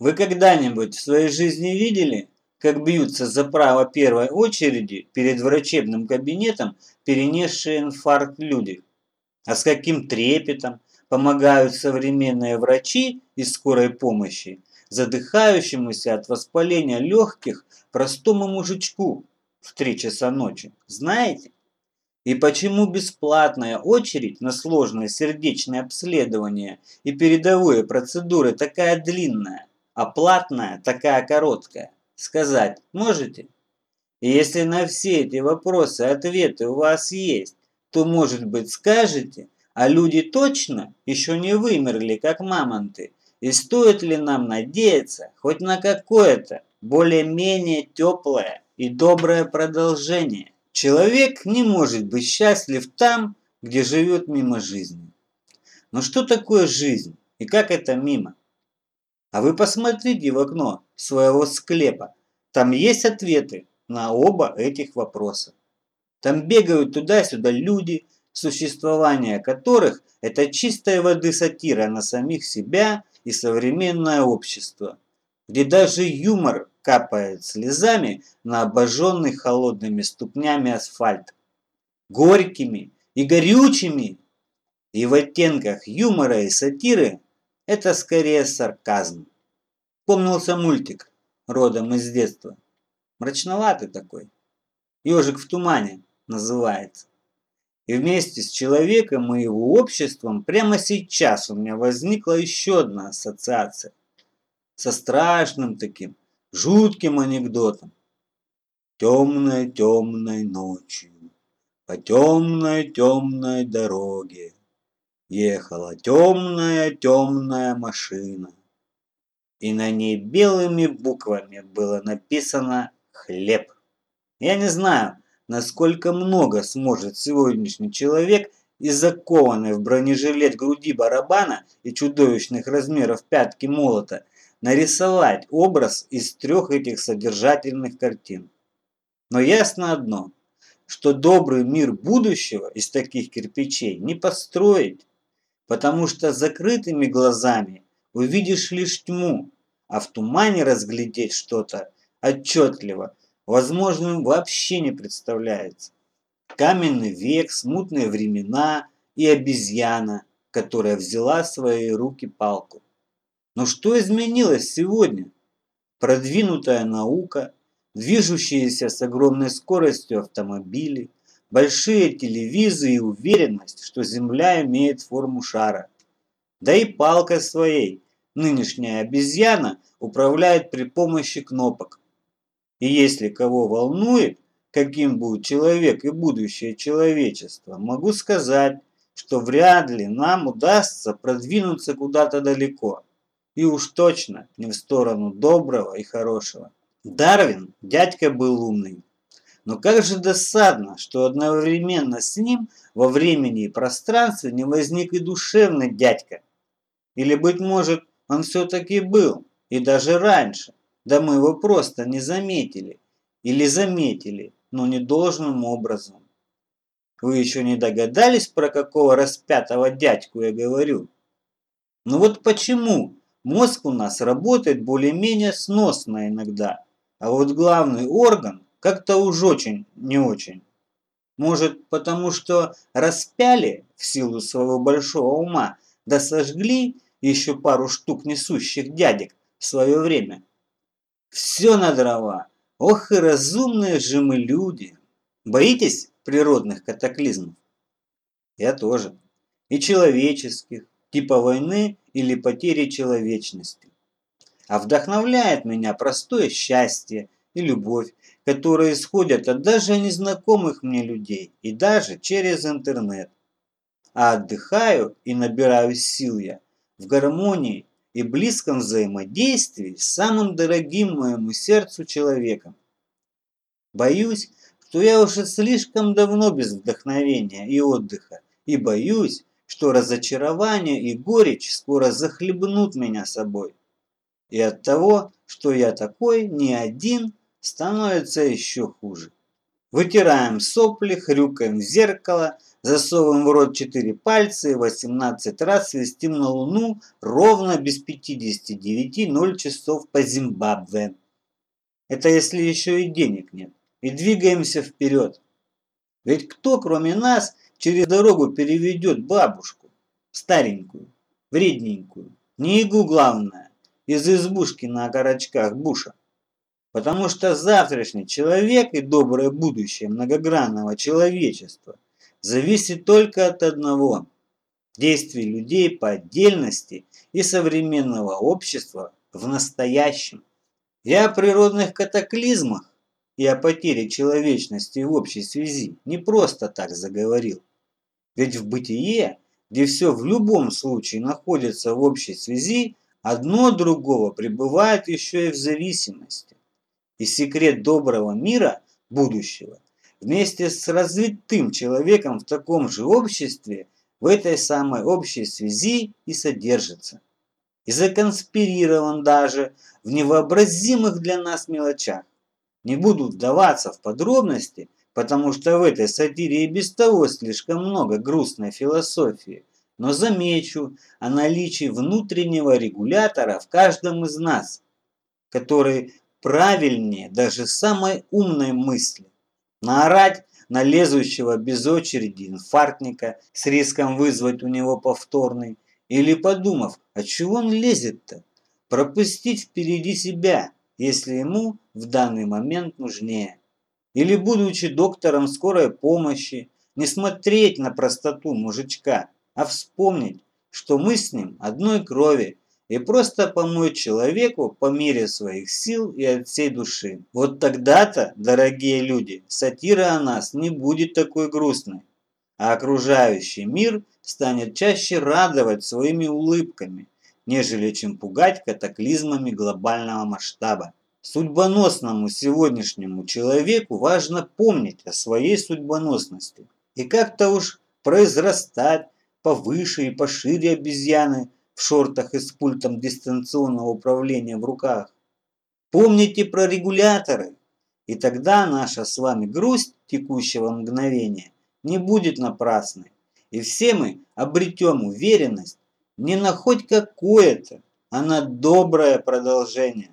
Вы когда-нибудь в своей жизни видели, как бьются за право первой очереди перед врачебным кабинетом перенесшие инфаркт люди? А с каким трепетом помогают современные врачи из скорой помощи задыхающемуся от воспаления легких простому мужичку в 3 часа ночи? Знаете? И почему бесплатная очередь на сложное сердечное обследование и передовые процедуры такая длинная, а платная такая короткая? Сказать можете? И если на все эти вопросы ответы у вас есть, то, может быть, скажете, а люди точно еще не вымерли, как мамонты, и стоит ли нам надеяться хоть на какое-то более-менее теплое и доброе продолжение? Человек не может быть счастлив там, где живет мимо жизни. Но что такое жизнь и как это мимо? А вы посмотрите в окно своего склепа. Там есть ответы на оба этих вопроса. Там бегают туда-сюда люди, существование которых – это чистой воды сатира на самих себя и современное общество, где даже юмор капает слезами на обожженный холодными ступнями асфальт. Горькими и горючими, и в оттенках юмора и сатиры это скорее сарказм. Помнился мультик, родом из детства. Мрачноватый такой. «Ежик в тумане» называется. И вместе с человеком и его обществом прямо сейчас у меня возникла еще одна ассоциация. Со страшным таким, жутким анекдотом. Темной-темной ночью по темной-темной дороге ехала темная-темная машина. И на ней белыми буквами было написано «Хлеб». Я не знаю, насколько много сможет сегодняшний человек из закованной в бронежилет груди барабана и чудовищных размеров пятки молота нарисовать образ из 3 этих содержательных картин. Но ясно одно, что добрый мир будущего из таких кирпичей не построить, потому что закрытыми глазами увидишь лишь тьму, а в тумане разглядеть что-то отчетливо возможным вообще не представляется. Каменный век, смутные времена и обезьяна, которая взяла в свои руки палку. Но что изменилось сегодня? Продвинутая наука, движущиеся с огромной скоростью автомобили, большие телевизоры и уверенность, что Земля имеет форму шара. Да и палкой своей нынешняя обезьяна управляет при помощи кнопок. И если кого волнует, каким будет человек и будущее человечества, могу сказать, что вряд ли нам удастся продвинуться куда-то далеко. И уж точно не в сторону доброго и хорошего. Дарвин дядька был умный. Но как же досадно, что одновременно с ним во времени и пространстве не возник и душевный дядька. Или, быть может, он все-таки был, и даже раньше, да мы его просто не заметили. Или заметили, но не должным образом. Вы еще не догадались, про какого распятого дядьку я говорю? Ну вот почему мозг у нас работает более-менее сносно иногда, а вот главный орган как-то уж очень не очень. Может, потому что распяли в силу своего большого ума, да сожгли еще пару штук несущих дядек в свое время. Все на дрова. Ох и разумные же мы люди. Боитесь природных катаклизмов? Я тоже. И человеческих, типа войны или потери человечности. А вдохновляет меня простое счастье и любовь, которые исходят от даже незнакомых мне людей и даже через интернет. А отдыхаю и набираюсь сил я в гармонии и близком взаимодействии с самым дорогим моему сердцу человеком. Боюсь, что я уже слишком давно без вдохновения и отдыха, и боюсь, что разочарование и горечь скоро захлебнут меня собой. И от того, что я такой не один, становится еще хуже. Вытираем сопли, хрюкаем в зеркало, засовываем в рот 4 пальца и 18 раз свистим на Луну ровно без 59:00 часов по Зимбабве. Это если еще и денег нет. И двигаемся вперед. Ведь кто, кроме нас, через дорогу переведет бабушку, старенькую, вредненькую, Нигу главное, из избушки на окорочках буша? Потому что завтрашний человек и доброе будущее многогранного человечества зависит только от одного – действий людей по отдельности и современного общества в настоящем. И о природных катаклизмах и о потере человечности в общей связи не просто так заговорил. Ведь в бытие, где все в любом случае находится в общей связи, одно от другого пребывает еще и в зависимости. И секрет доброго мира будущего вместе с развитым человеком в таком же обществе в этой самой общей связи и содержится. И законспирирован даже в невообразимых для нас мелочах. Не буду вдаваться в подробности, потому что в этой сатире и без того слишком много грустной философии, но замечу о наличии внутреннего регулятора в каждом из нас, который правильнее даже самой умной мысли. Наорать на лезущего без очереди инфарктника с риском вызвать у него повторный, или подумав, а чего он лезет-то, пропустить впереди себя, если ему в данный момент нужнее. Или, будучи доктором скорой помощи, не смотреть на простоту мужичка, а вспомнить, что мы с ним одной крови, и просто помочь человеку по мере своих сил и от всей души. Вот тогда-то, дорогие люди, сатира о нас не будет такой грустной, а окружающий мир станет чаще радовать своими улыбками, нежели чем пугать катаклизмами глобального масштаба. Судьбоносному сегодняшнему человеку важно помнить о своей судьбоносности и как-то уж произрастать повыше и пошире обезьяны в шортах и с пультом дистанционного управления в руках. Помните про регуляторы, и тогда наша с вами грусть текущего мгновения не будет напрасной, и все мы обретем уверенность не на хоть какое-то, а на доброе продолжение.